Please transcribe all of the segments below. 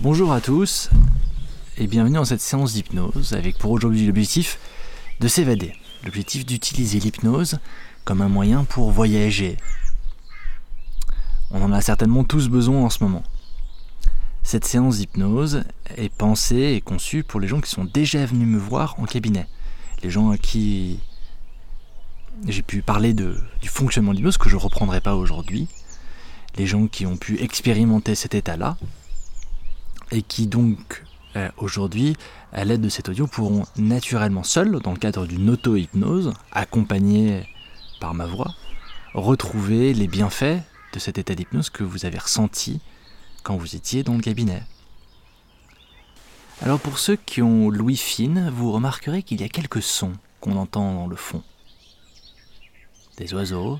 Bonjour à tous et bienvenue dans cette séance d'hypnose avec pour aujourd'hui l'objectif de s'évader, l'objectif d'utiliser l'hypnose comme un moyen pour voyager. On en a certainement tous besoin en ce moment. Cette séance d'hypnose est pensée et conçue pour les gens qui sont déjà venus me voir en cabinet, les gens à qui j'ai pu parler du fonctionnement de l'hypnose que je ne reprendrai pas aujourd'hui, les gens qui ont pu expérimenter cet état-là, et qui donc aujourd'hui, à l'aide de cet audio, pourront naturellement seuls, dans le cadre d'une auto-hypnose, accompagnés par ma voix, retrouver les bienfaits de cet état d'hypnose que vous avez ressenti quand vous étiez dans le cabinet. Alors pour ceux qui ont l'ouïe fine, vous remarquerez qu'il y a quelques sons qu'on entend dans le fond. Des oiseaux,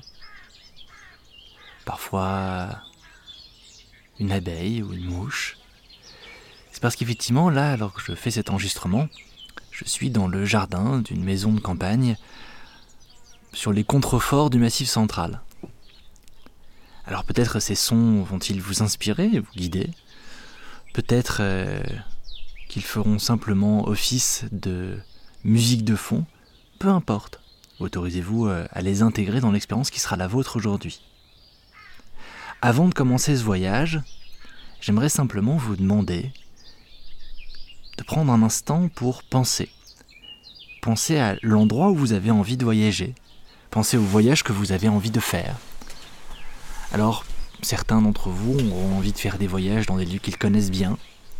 parfois une abeille ou une mouche. C'est parce qu'effectivement, là, alors que je fais cet enregistrement, je suis dans le jardin d'une maison de campagne sur les contreforts du Massif central. Alors peut-être ces sons vont-ils vous inspirer et vous guider. Peut-être qu'ils feront simplement office de musique de fond. Peu importe. Autorisez-vous à les intégrer dans l'expérience qui sera la vôtre aujourd'hui. Avant de commencer ce voyage, j'aimerais simplement vous demander de prendre un instant pour penser. Pensez à l'endroit où vous avez envie de voyager. Pensez au voyage que vous avez envie de faire. Alors, certains d'entre vous auront envie de faire des voyages dans des lieux qu'ils connaissent bien,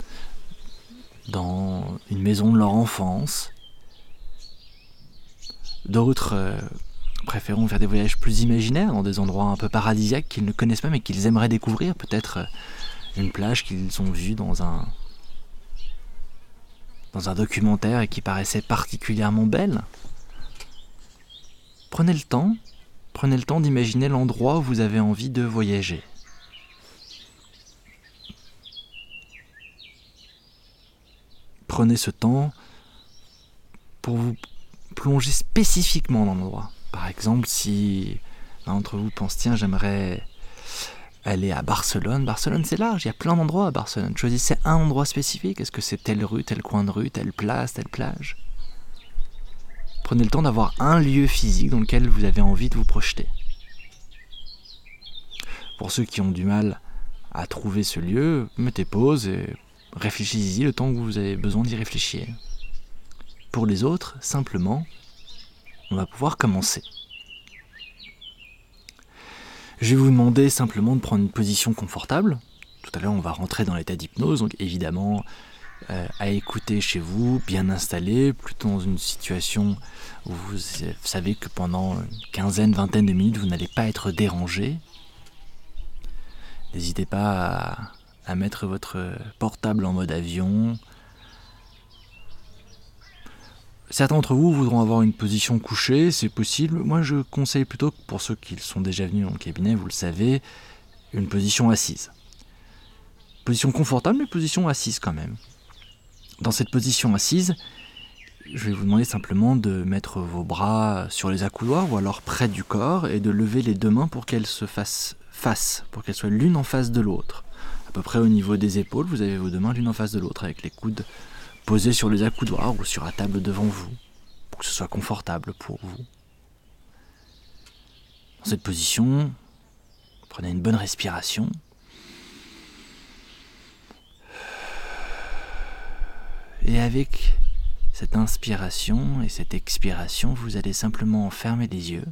dans une maison de leur enfance. D'autres préféreront faire des voyages plus imaginaires, dans des endroits un peu paradisiaques qu'ils ne connaissent pas mais qu'ils aimeraient découvrir. Peut-être une plage qu'ils ont vue dans un documentaire et qui paraissait particulièrement belle. Prenez le temps d'imaginer l'endroit où vous avez envie de voyager. Prenez ce temps pour vous plonger spécifiquement dans l'endroit. Par exemple, si l'un d'entre vous pense, tiens, j'aimerais aller à Barcelone. Barcelone, c'est large, il y a plein d'endroits à Barcelone. Choisissez un endroit spécifique. Est-ce que c'est telle rue, tel coin de rue, telle place, telle plage? Prenez le temps d'avoir un lieu physique dans lequel vous avez envie de vous projeter. Pour ceux qui ont du mal à trouver ce lieu, mettez pause et réfléchissez-y le temps que vous avez besoin d'y réfléchir. Pour les autres, simplement, on va pouvoir commencer. Je vais vous demander simplement de prendre une position confortable. Tout à l'heure, on va rentrer dans l'état d'hypnose, donc évidemment, à écouter chez vous, bien installé, plutôt dans une situation où vous savez que pendant une quinzaine, vingtaine de minutes, vous n'allez pas être dérangé. N'hésitez pas à mettre votre portable en mode avion. Certains d'entre vous voudront avoir une position couchée, c'est possible. Moi, je conseille plutôt, pour ceux qui sont déjà venus dans le cabinet, vous le savez, une position assise. Position confortable, mais position assise quand même. Dans cette position assise, je vais vous demander simplement de mettre vos bras sur les accoudoirs ou alors près du corps et de lever les deux mains pour qu'elles se fassent face, pour qu'elles soient l'une en face de l'autre. À peu près au niveau des épaules, vous avez vos deux mains l'une en face de l'autre avec les coudes posés sur les accoudoirs ou sur la table devant vous, pour que ce soit confortable pour vous. Dans cette position, prenez une bonne respiration. Et avec cette inspiration et cette expiration, vous allez simplement fermer les yeux.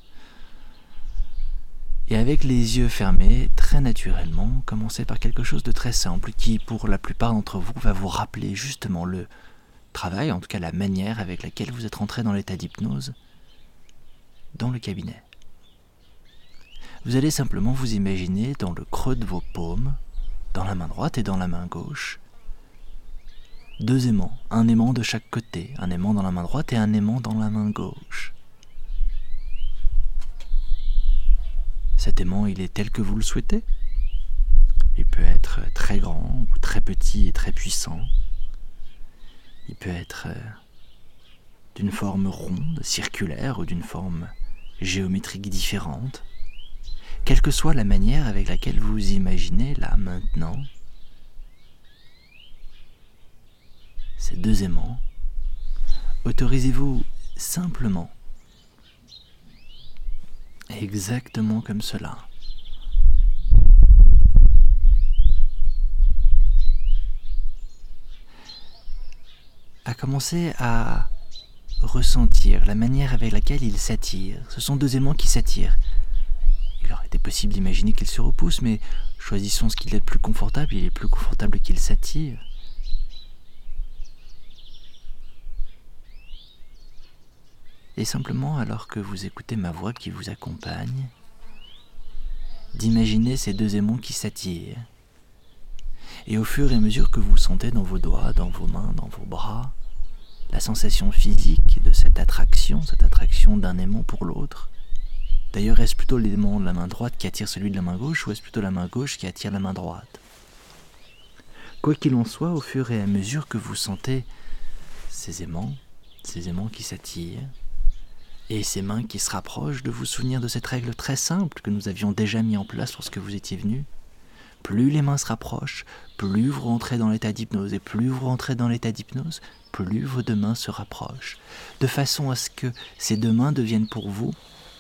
Et avec les yeux fermés, très naturellement, commencez par quelque chose de très simple qui, pour la plupart d'entre vous, va vous rappeler justement le travail, en tout cas la manière avec laquelle vous êtes rentré dans l'état d'hypnose dans le cabinet. Vous allez simplement vous imaginer dans le creux de vos paumes, dans la main droite et dans la main gauche, deux aimants, un aimant de chaque côté, un aimant dans la main droite et un aimant dans la main gauche. Cet aimant, il est tel que vous le souhaitez. Il peut être très grand ou très petit et très puissant. Il peut être d'une forme ronde, circulaire ou d'une forme géométrique différente. Quelle que soit la manière avec laquelle vous imaginez là maintenant, ces deux aimants, autorisez-vous simplement, exactement comme cela, à commencer à ressentir la manière avec laquelle ils s'attirent. Ce sont deux aimants qui s'attirent. Il aurait été possible d'imaginer qu'ils se repoussent, mais choisissons ce qu'il est le plus confortable. Il est plus confortable qu'ils s'attirent. Et simplement, alors que vous écoutez ma voix qui vous accompagne, d'imaginer ces deux aimants qui s'attirent. Et au fur et à mesure que vous sentez dans vos doigts, dans vos mains, dans vos bras, la sensation physique de cette attraction d'un aimant pour l'autre. D'ailleurs, est-ce plutôt l'aimant de la main droite qui attire celui de la main gauche, ou est-ce plutôt la main gauche qui attire la main droite? Quoi qu'il en soit, au fur et à mesure que vous sentez ces aimants qui s'attirent, et ces mains qui se rapprochent, de vous souvenir de cette règle très simple que nous avions déjà mis en place lorsque vous étiez venus. Plus les mains se rapprochent, plus vous rentrez dans l'état d'hypnose, et plus vous rentrez dans l'état d'hypnose, plus vos deux mains se rapprochent, de façon à ce que ces deux mains deviennent pour vous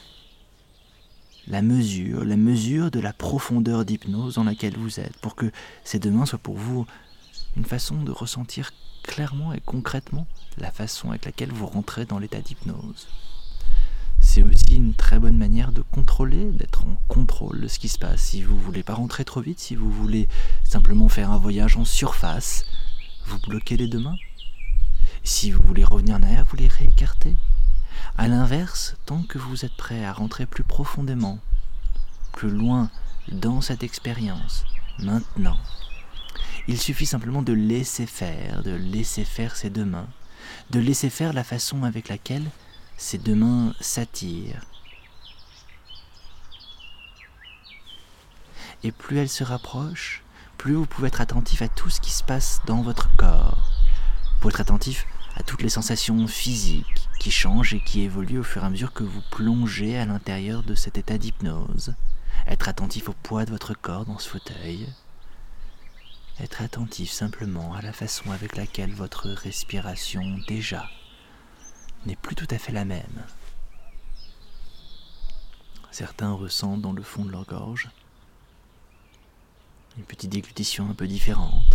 la mesure de la profondeur d'hypnose dans laquelle vous êtes, pour que ces deux mains soient pour vous une façon de ressentir clairement et concrètement la façon avec laquelle vous rentrez dans l'état d'hypnose. C'est aussi une très bonne manière de contrôler, d'être en contrôle de ce qui se passe. Si vous ne voulez pas rentrer trop vite, si vous voulez simplement faire un voyage en surface, vous bloquez les deux mains. Si vous voulez revenir en arrière, vous les réécartez. A l'inverse, tant que vous êtes prêt à rentrer plus profondément, plus loin dans cette expérience, maintenant, il suffit simplement de laisser faire ces deux mains, de laisser faire la façon avec laquelle ces deux mains s'attirent. Et plus elles se rapprochent, plus vous pouvez être attentif à tout ce qui se passe dans votre corps. Vous pouvez être attentif à toutes les sensations physiques qui changent et qui évoluent au fur et à mesure que vous plongez à l'intérieur de cet état d'hypnose. Être attentif au poids de votre corps dans ce fauteuil. Être attentif simplement à la façon avec laquelle votre respiration déjà n'est plus tout à fait la même. Certains ressentent dans le fond de leur gorge une petite déglutition un peu différente.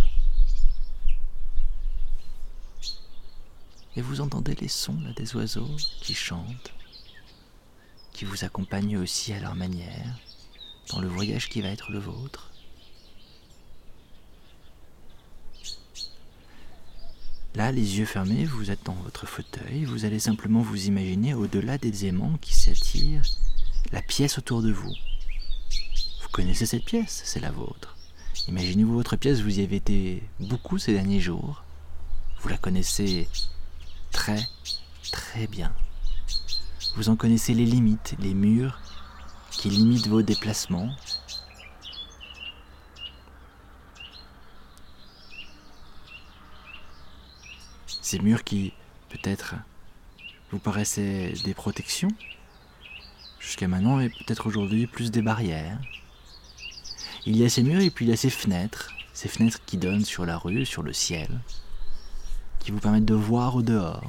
Et vous entendez les sons là, des oiseaux qui chantent, qui vous accompagnent aussi à leur manière dans le voyage qui va être le vôtre. Là, les yeux fermés, vous êtes dans votre fauteuil, vous allez simplement vous imaginer au-delà des aimants qui s'attirent, la pièce autour de vous. Vous connaissez cette pièce, c'est la vôtre. Imaginez-vous votre pièce, vous y avez été beaucoup ces derniers jours. Vous la connaissez très, très bien. Vous en connaissez les limites, les murs qui limitent vos déplacements. Ces murs qui, peut-être, vous paraissaient des protections, jusqu'à maintenant, et peut-être aujourd'hui plus des barrières. Il y a ces murs et puis il y a ces fenêtres qui donnent sur la rue, sur le ciel, qui vous permettent de voir au dehors.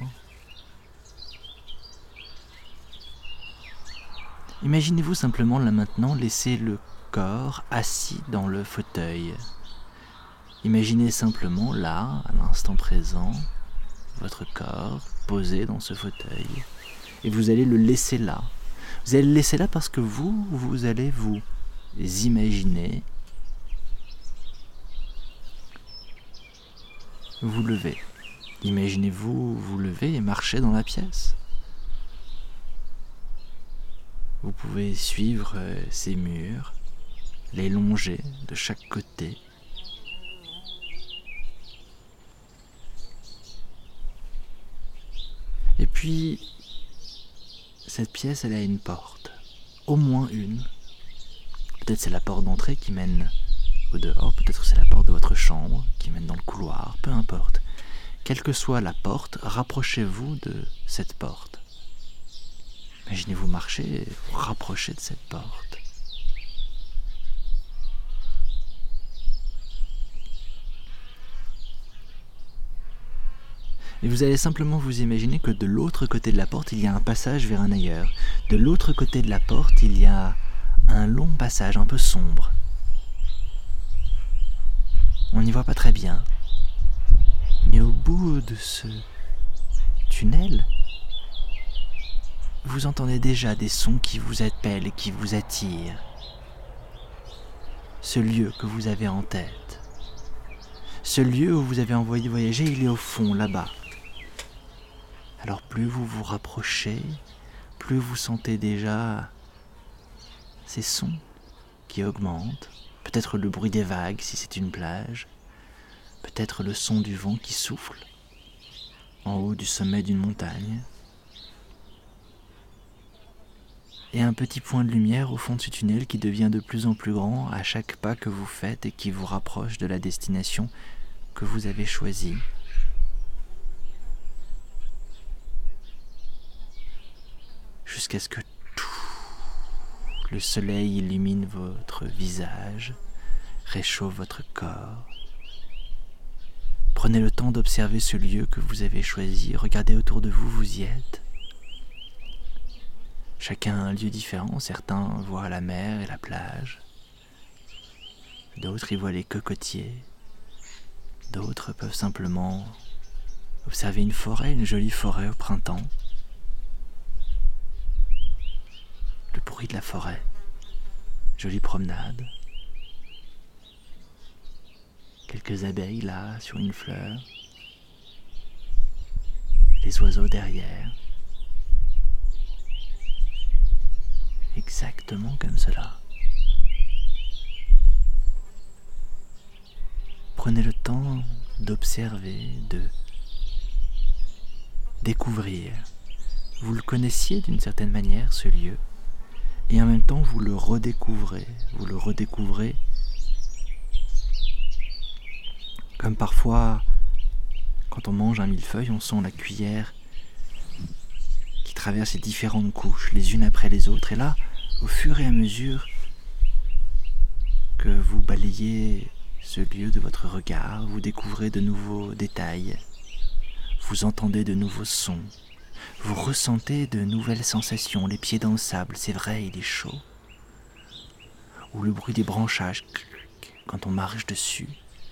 Imaginez-vous simplement là maintenant laisser le corps assis dans le fauteuil. Imaginez simplement là, à l'instant présent, votre corps posé dans ce fauteuil, et vous allez le laisser là. Vous allez le laisser là parce que vous allez vous imaginer vous lever. Imaginez-vous vous lever et marcher dans la pièce. Vous pouvez suivre ces murs, les longer de chaque côté. Et puis, cette pièce, elle a une porte, au moins une. Peut-être c'est la porte d'entrée qui mène au dehors, peut-être c'est la porte de votre chambre qui mène dans le couloir, peu importe. Quelle que soit la porte, rapprochez-vous de cette porte. Imaginez-vous marcher et vous rapprocher de cette porte. Et vous allez simplement vous imaginer que de l'autre côté de la porte, il y a un passage vers un ailleurs. De l'autre côté de la porte, il y a un long passage un peu sombre. On n'y voit pas très bien. Mais au bout de ce tunnel, vous entendez déjà des sons qui vous appellent et qui vous attirent. Ce lieu que vous avez en tête. Ce lieu où vous avez envoyé voyager, il est au fond, là-bas. Alors plus vous vous rapprochez, plus vous sentez déjà ces sons qui augmentent. Peut-être le bruit des vagues si c'est une plage. Peut-être le son du vent qui souffle en haut du sommet d'une montagne. Et un petit point de lumière au fond de ce tunnel qui devient de plus en plus grand à chaque pas que vous faites et qui vous rapproche de la destination que vous avez choisie. Jusqu'à ce que le soleil illumine votre visage, réchauffe votre corps. Prenez le temps d'observer ce lieu que vous avez choisi. Regardez autour de vous, vous y êtes. Chacun a un lieu différent. Certains voient la mer et la plage. D'autres y voient les cocotiers. D'autres peuvent simplement observer une forêt, une jolie forêt au printemps. Le bruit de la forêt. Jolie promenade. Quelques abeilles là, sur une fleur. Les oiseaux derrière. Exactement comme cela. Prenez le temps d'observer, de découvrir. Vous le connaissiez d'une certaine manière, ce lieu, et en même temps vous le redécouvrez. Vous le redécouvrez comme parfois, quand on mange un millefeuille, on sent la cuillère qui traverse les différentes couches, les unes après les autres. Et là, au fur et à mesure que vous balayez ce lieu de votre regard, vous découvrez de nouveaux détails, vous entendez de nouveaux sons, vous ressentez de nouvelles sensations, les pieds dans le sable, c'est vrai, il est chaud, ou le bruit des branchages quand on marche dessus,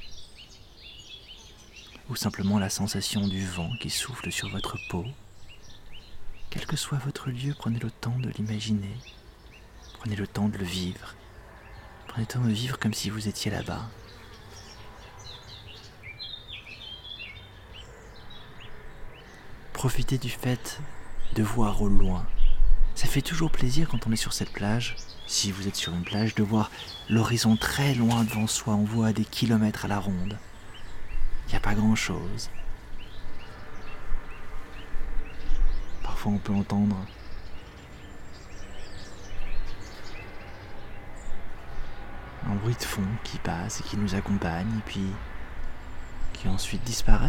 ou simplement la sensation du vent qui souffle sur votre peau. Quel que soit votre lieu, prenez le temps de l'imaginer, prenez le temps de le vivre, prenez le temps de vivre comme si vous étiez là-bas. Profitez du fait de voir au loin. Ça fait toujours plaisir quand on est sur cette plage, si vous êtes sur une plage, de voir l'horizon très loin devant soi. On voit des kilomètres à la ronde. Il n'y a pas grand-chose. Parfois on peut entendre un bruit de fond qui passe et qui nous accompagne et puis qui ensuite disparaît.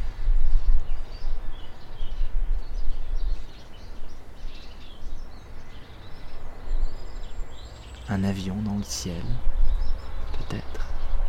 Un avion dans le ciel, peut-être.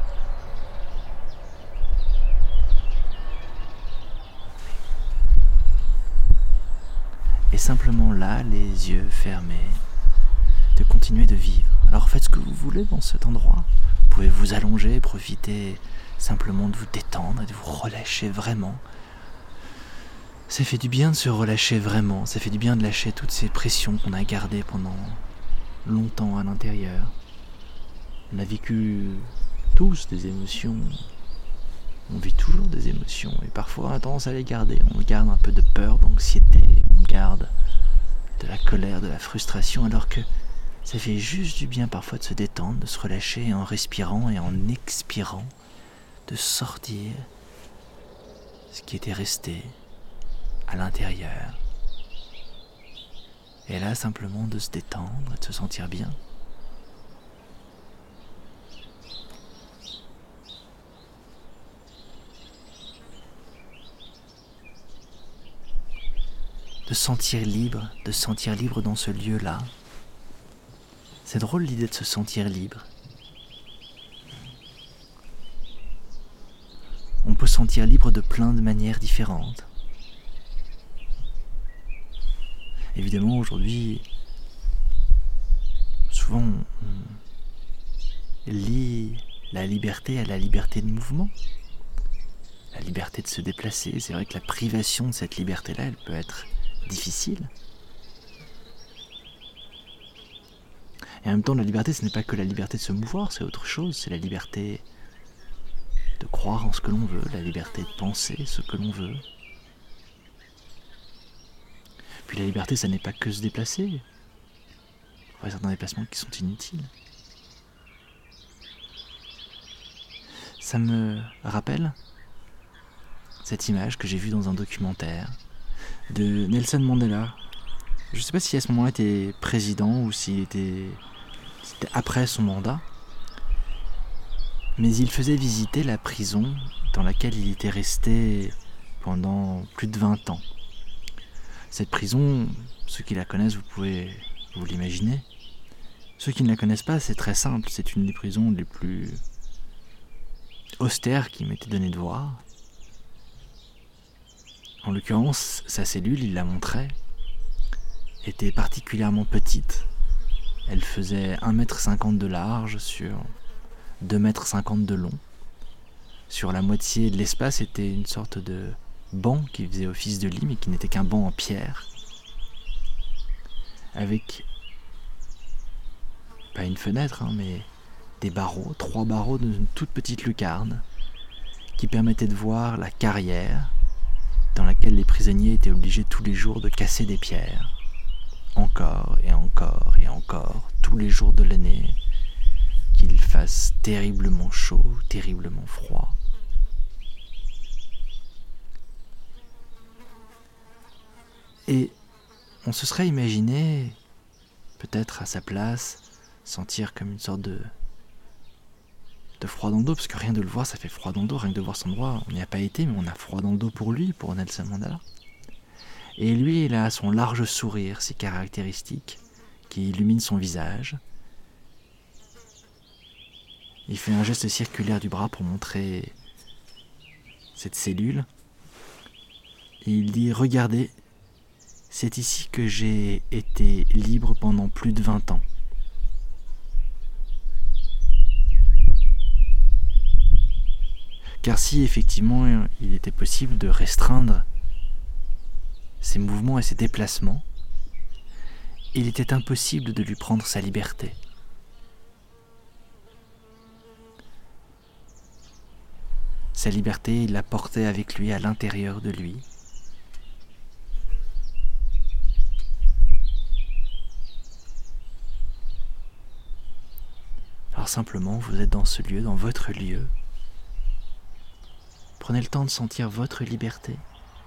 Et simplement là, les yeux fermés, de continuer de vivre. Alors faites ce que vous voulez dans cet endroit. Vous pouvez vous allonger, profiter simplement de vous détendre et de vous relâcher vraiment. Ça fait du bien de se relâcher vraiment, ça fait du bien de lâcher toutes ces pressions qu'on a gardées pendant longtemps à l'intérieur. On a vécu tous des émotions. On vit toujours des émotions et parfois on a tendance à les garder. On garde un peu de peur, d'anxiété, on garde de la colère, de la frustration, alors que ça fait juste du bien parfois de se détendre, de se relâcher en respirant et en expirant, de sortir ce qui était resté à l'intérieur. Et là, simplement de se détendre et de se sentir bien. De sentir libre dans ce lieu-là. C'est drôle l'idée de se sentir libre. On peut se sentir libre de plein de manières différentes. Évidemment, aujourd'hui, souvent on lie la liberté à la liberté de mouvement, la liberté de se déplacer. C'est vrai que la privation de cette liberté-là, elle peut être difficile. Et en même temps, la liberté, ce n'est pas que la liberté de se mouvoir, c'est autre chose. C'est la liberté de croire en ce que l'on veut, la liberté de penser ce que l'on veut. Puis la liberté, ça n'est pas que se déplacer. Il y a certains déplacements qui sont inutiles. Ça me rappelle cette image que j'ai vue dans un documentaire de Nelson Mandela. Je ne sais pas si à ce moment-là il était président ou si c'était après son mandat, mais il faisait visiter la prison dans laquelle il était resté pendant plus de 20 ans. Cette prison, ceux qui la connaissent, vous pouvez vous l'imaginer. Ceux qui ne la connaissent pas, c'est très simple, c'est une des prisons les plus austères qui m'était donné de voir. En l'occurrence, sa cellule, il la montrait, était particulièrement petite. Elle faisait 1,50 m de large sur 2,50 m de long. Sur la moitié de l'espace était une sorte de banc qui faisait office de lit, mais qui n'était qu'un banc en pierre, avec pas une fenêtre, mais des barreaux, 3 barreaux dans une toute petite lucarne, qui permettaient de voir la carrière dans laquelle les prisonniers étaient obligés tous les jours de casser des pierres, encore et encore et encore, tous les jours de l'année, qu'il fasse terriblement chaud, terriblement froid. Et on se serait imaginé, peut-être à sa place, sentir comme une sorte de froid dans le dos, parce que rien de le voir, ça fait froid dans le dos, rien que de voir son endroit, on n'y a pas été, mais on a froid dans le dos pour lui, pour Nelson Mandela. Et lui, il a son large sourire, si caractéristique, qui illumine son visage. Il fait un geste circulaire du bras pour montrer cette cellule. Et il dit « Regardez, c'est ici que j'ai été libre pendant plus de 20 ans. » Car si effectivement il était possible de restreindre ses mouvements et ses déplacements, il était impossible de lui prendre sa liberté. Sa liberté, il la portait avec lui à l'intérieur de lui. Alors simplement, vous êtes dans ce lieu, dans votre lieu. Prenez le temps de sentir votre liberté.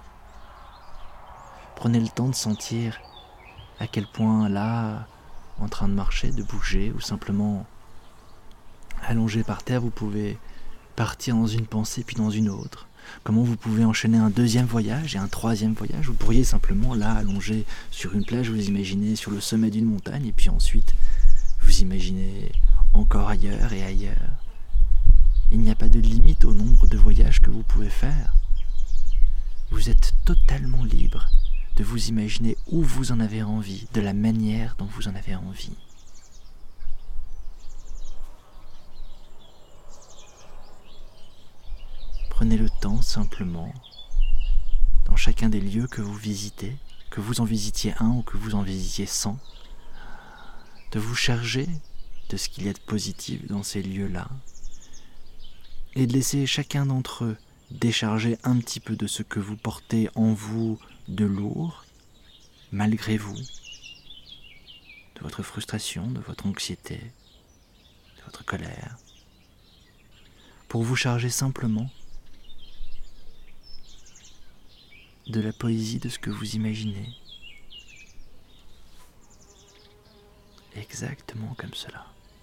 Prenez le temps de sentir à quel point là, en train de marcher, de bouger, ou simplement allongé par terre, vous pouvez partir dans une pensée puis dans une autre. Comment vous pouvez enchaîner un deuxième voyage et un troisième voyage. Vous pourriez simplement là, allongé sur une plage, vous imaginez sur le sommet d'une montagne, et puis ensuite vous imaginez encore ailleurs et ailleurs. Il n'y a pas de limite au nombre de voyages que vous pouvez faire. Vous êtes totalement libre de vous imaginer où vous en avez envie, de la manière dont vous en avez envie. Prenez le temps simplement, dans chacun des lieux que vous visitez, que vous en visitiez un ou que vous en visitiez 100, de vous charger de ce qu'il y a de positif dans ces lieux-là, et de laisser chacun d'entre eux décharger un petit peu de ce que vous portez en vous de lourd, malgré vous, de votre frustration, de votre anxiété, de votre colère, pour vous charger simplement de la poésie de ce que vous imaginez. Exactement comme cela.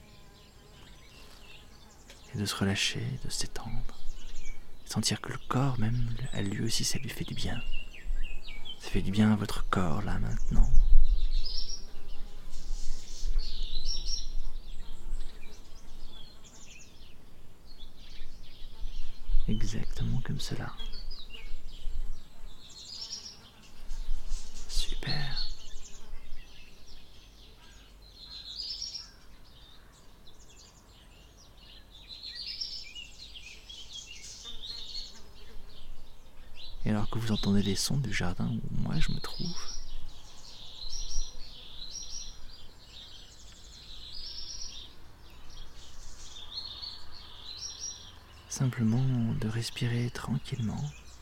Et de se relâcher, de s'étendre. Sentir que le corps même, à lui aussi, ça lui fait du bien. Ça fait du bien à votre corps, là, maintenant. Exactement comme cela. Super. Et alors que vous entendez les sons du jardin où moi je me trouve, simplement de respirer tranquillement.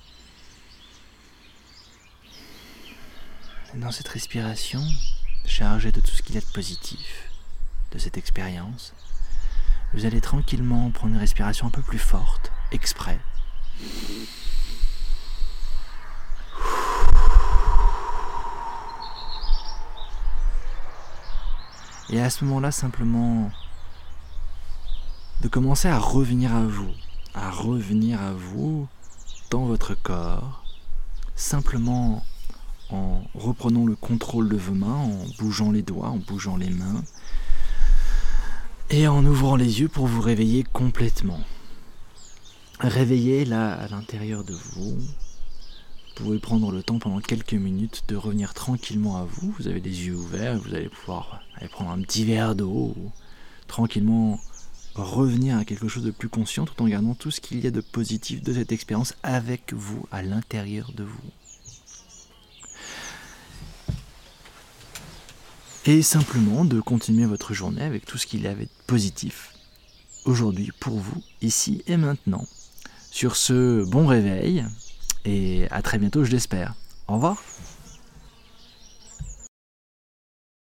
Et dans cette respiration, chargée de tout ce qu'il y a de positif, de cette expérience, vous allez tranquillement prendre une respiration un peu plus forte, exprès. Et à ce moment-là, simplement de commencer à revenir à vous dans votre corps, simplement en reprenant le contrôle de vos mains, en bougeant les doigts, en bougeant les mains, et en ouvrant les yeux pour vous réveiller complètement. Réveillez là à l'intérieur de vous. Vous pouvez prendre le temps pendant quelques minutes de revenir tranquillement à vous. Vous avez les yeux ouverts, vous allez pouvoir aller prendre un petit verre d'eau ou tranquillement revenir à quelque chose de plus conscient tout en gardant tout ce qu'il y a de positif de cette expérience avec vous, à l'intérieur de vous. Et simplement de continuer votre journée avec tout ce qu'il y avait de positif aujourd'hui pour vous, ici et maintenant. Sur ce, bon réveil et à très bientôt, je l'espère. Au revoir.